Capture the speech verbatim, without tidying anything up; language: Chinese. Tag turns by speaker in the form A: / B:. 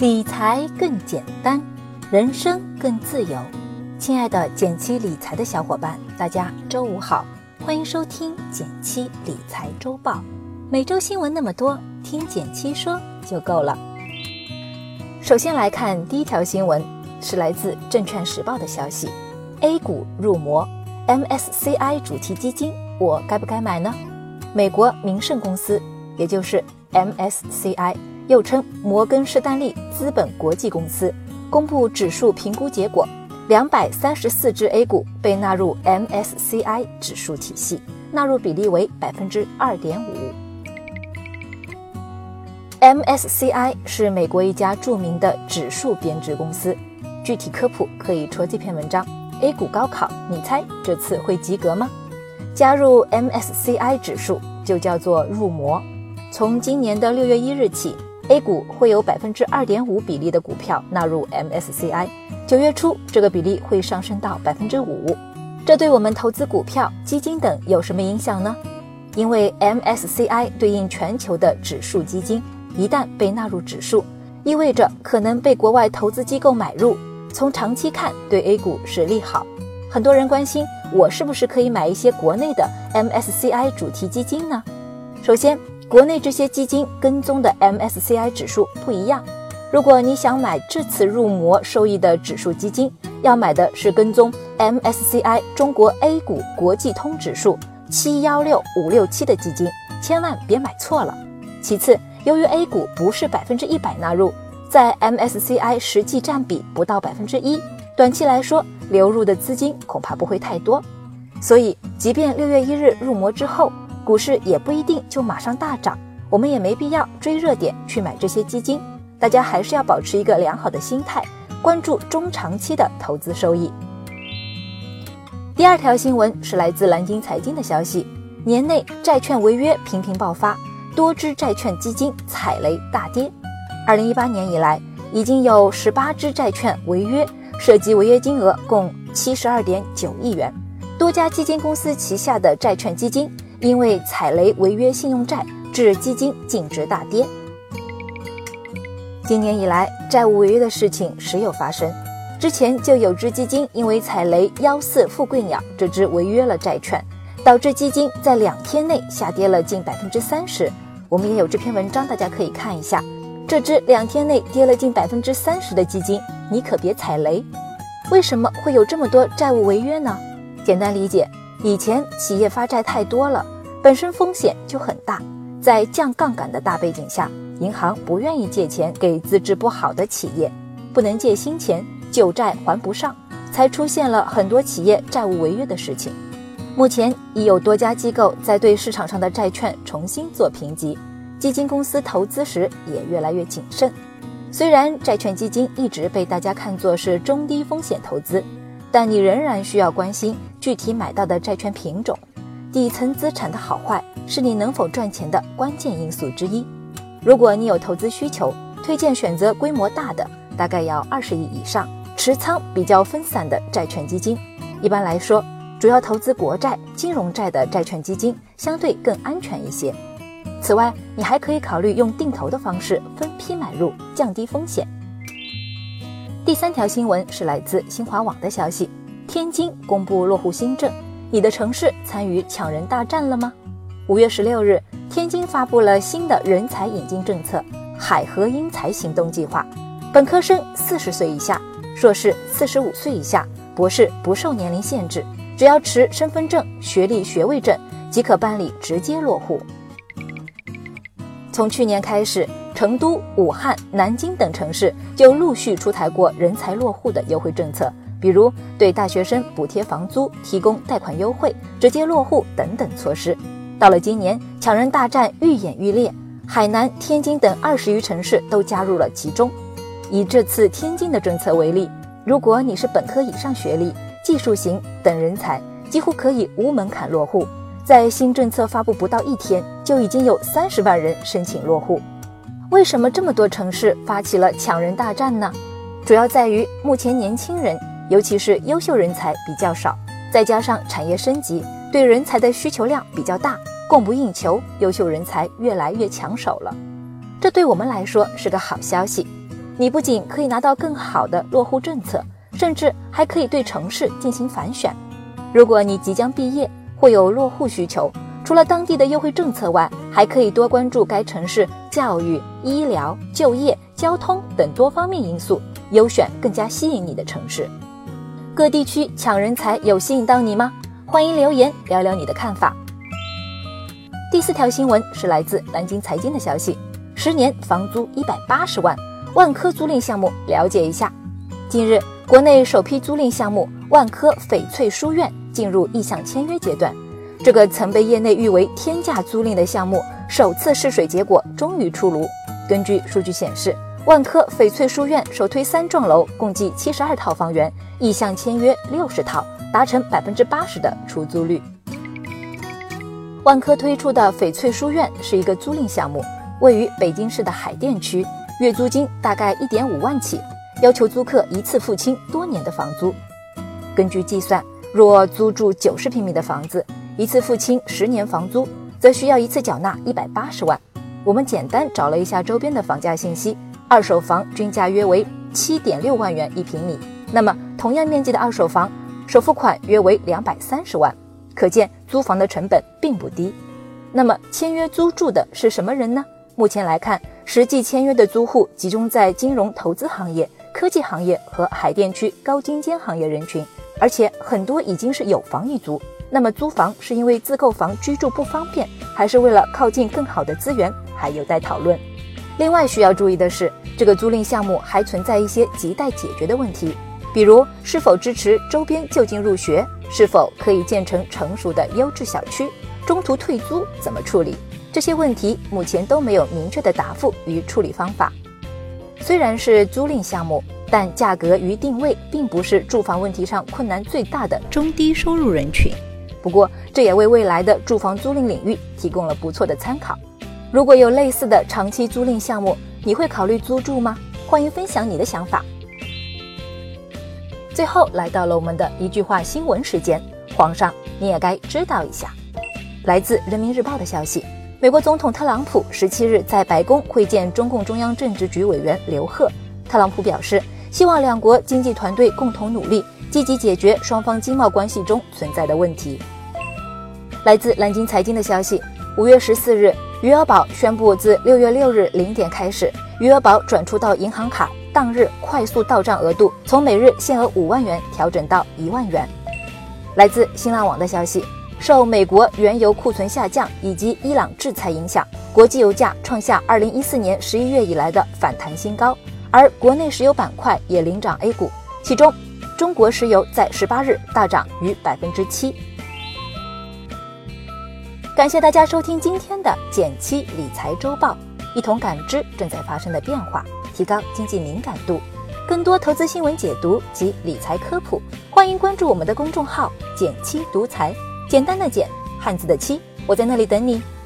A: 理财更简单，人生更自由。亲爱的减七理财的小伙伴，大家周五好，欢迎收听减七理财周报。每周新闻那么多，听减七说就够了。首先来看第一条新闻，是来自证券时报的消息。 A 股入魔， M S C I 主题基金我该不该买呢？美国明晟公司，也就是 M S C I， 又称摩根士丹利资本国际公司，公布指数评估结果，两百三十四只 A 股被纳入 M S C I 指数体系，纳入比例为 百分之二点五。 M S C I 是美国一家著名的指数编制公司，具体科普可以戳这篇文章。 A 股高考，你猜这次会及格吗？加入 M S C I 指数就叫做入魔。从今年的六月一日起， A 股会有 百分之二点五 比例的股票纳入 M S C I， 九月初这个比例会上升到 百分之五。 这对我们投资股票、基金等有什么影响呢？因为 M S C I 对应全球的指数基金，一旦被纳入指数，意味着可能被国外投资机构买入，从长期看对 A 股是利好。很多人关心，我是不是可以买一些国内的 M S C I 主题基金呢？首先，国内这些基金跟踪的 M S C I 指数不一样。如果你想买这次入魔收益的指数基金，要买的是跟踪 M S C I 中国 A 股国际通指数七一六五六七的基金，千万别买错了。其次，由于 A 股不是百分之一百纳入，在 M S C I 实际占比不到 百分之一， 短期来说流入的资金恐怕不会太多，所以即便六月一日入魔之后，股市也不一定就马上大涨，我们也没必要追热点去买这些基金。大家还是要保持一个良好的心态，关注中长期的投资收益。第二条新闻是来自蓝鲸财经的消息，年内债券违约频频爆发，多只债券基金踩雷大跌。二零一八年以来，已经有十八只债券违约，涉及违约金额共 七十二点九亿元。多家基金公司旗下的债券基金因为踩雷违约信用债，致基金净值大跌。今年以来，债务违约的事情时有发生。之前就有只基金因为踩雷幺四富贵鸟这只违约了债券，导致基金在两天内下跌了近 百分之三十。 我们也有这篇文章，大家可以看一下。这只两天内跌了近 百分之三十 的基金，你可别踩雷。为什么会有这么多债务违约呢？简单理解，以前企业发债太多了，本身风险就很大，在降杠杆的大背景下，银行不愿意借钱给资质不好的企业，不能借新钱，旧债还不上，才出现了很多企业债务违约的事情。目前已有多家机构在对市场上的债券重新做评级，基金公司投资时也越来越谨慎。虽然债券基金一直被大家看作是中低风险投资，但你仍然需要关心具体买到的债券品种。底层资产的好坏是你能否赚钱的关键因素之一。如果你有投资需求，推荐选择规模大的，大概要二十亿以上，持仓比较分散的债券基金。一般来说，主要投资国债、金融债的债券基金相对更安全一些。此外，你还可以考虑用定投的方式分批买入，降低风险。第三条新闻是来自新华网的消息，天津公布落户新政，你的城市参与抢人大战了吗？五月十六日，天津发布了新的人才引进政策——海河英才行动计划。本科生四十岁以下，硕士四十五岁以下，博士不受年龄限制，只要持身份证、学历学位证即可办理直接落户。从去年开始，成都、武汉、南京等城市就陆续出台过人才落户的优惠政策，比如对大学生补贴房租、提供贷款优惠、直接落户等等措施。到了今年，抢人大战愈演愈烈，海南、天津等二十余城市都加入了其中。以这次天津的政策为例，如果你是本科以上学历、技术型等人才，几乎可以无门槛落户。在新政策发布不到一天，就已经有三十万人申请落户。为什么这么多城市发起了抢人大战呢？主要在于目前年轻人，尤其是优秀人才比较少，再加上产业升级，对人才的需求量比较大，供不应求，优秀人才越来越抢手了。这对我们来说是个好消息。 你不仅可以拿到更好的落户政策，甚至还可以对城市进行反选。如果你即将毕业或有落户需求，除了当地的优惠政策外，还可以多关注该城市教育、医疗、就业、交通等多方面因素，优选更加吸引你的城市。各地区抢人才有吸引到你吗？欢迎留言聊聊你的看法。第四条新闻是来自南京财经的消息，十年房租一百八十万，万科租赁项目了解一下。近日，国内首批租赁项目万科翡翠书院进入意向签约阶段。这个曾被业内誉为天价租赁的项目，首次试水结果终于出炉。根据数据显示，万科翡翠书院首推三幢楼，共计七十二套房源，意向签约六十套，达成百分之八十的出租率。万科推出的翡翠书院是一个租赁项目，位于北京市的海淀区，月租金大概 一点五万起，要求租客一次付清多年的房租。根据计算，若租住九十平米的房子，一次付清十年房租，则需要一次缴纳一百八十万。我们简单找了一下周边的房价信息，二手房均价约为 七点六万元一平米，那么同样面积的二手房，首付款约为两百三十万，可见租房的成本并不低。那么签约租住的是什么人呢？目前来看，实际签约的租户集中在金融投资行业、科技行业和海淀区高精尖行业人群，而且很多已经是有房一族。那么租房是因为自购房居住不方便，还是为了靠近更好的资源，还有待讨论。另外需要注意的是，这个租赁项目还存在一些亟待解决的问题，比如是否支持周边就近入学，是否可以建成成熟的优质小区，中途退租怎么处理，这些问题目前都没有明确的答复与处理方法。虽然是租赁项目，但价格与定位并不是住房问题上困难最大的中低收入人群。不过这也为未来的住房租赁领域提供了不错的参考。如果有类似的长期租赁项目，你会考虑租住吗？欢迎分享你的想法。最后来到了我们的一句话新闻时间，皇上你也该知道一下。来自人民日报的消息，美国总统特朗普十七日在白宫会见中共中央政治局委员刘鹤。特朗普表示，希望两国经济团队共同努力，积极解决双方经贸关系中存在的问题。来自南京财经的消息，五月十四日，余额宝宣布自六月六日零点开始，余额宝转出到银行卡当日快速到账额度从每日限额五万元调整到一万元。来自新浪网的消息，受美国原油库存下降以及伊朗制裁影响，国际油价创下二零一四年十一月以来的反弹新高，而国内石油板块也领涨 A 股，其中中国石油在十八日大涨逾百分之七。感谢大家收听今天的减七理财周报，一同感知正在发生的变化，提高经济敏感度。更多投资新闻解读及理财科普，欢迎关注我们的公众号减七独裁，简单的减，汉字的七，我在那里等你。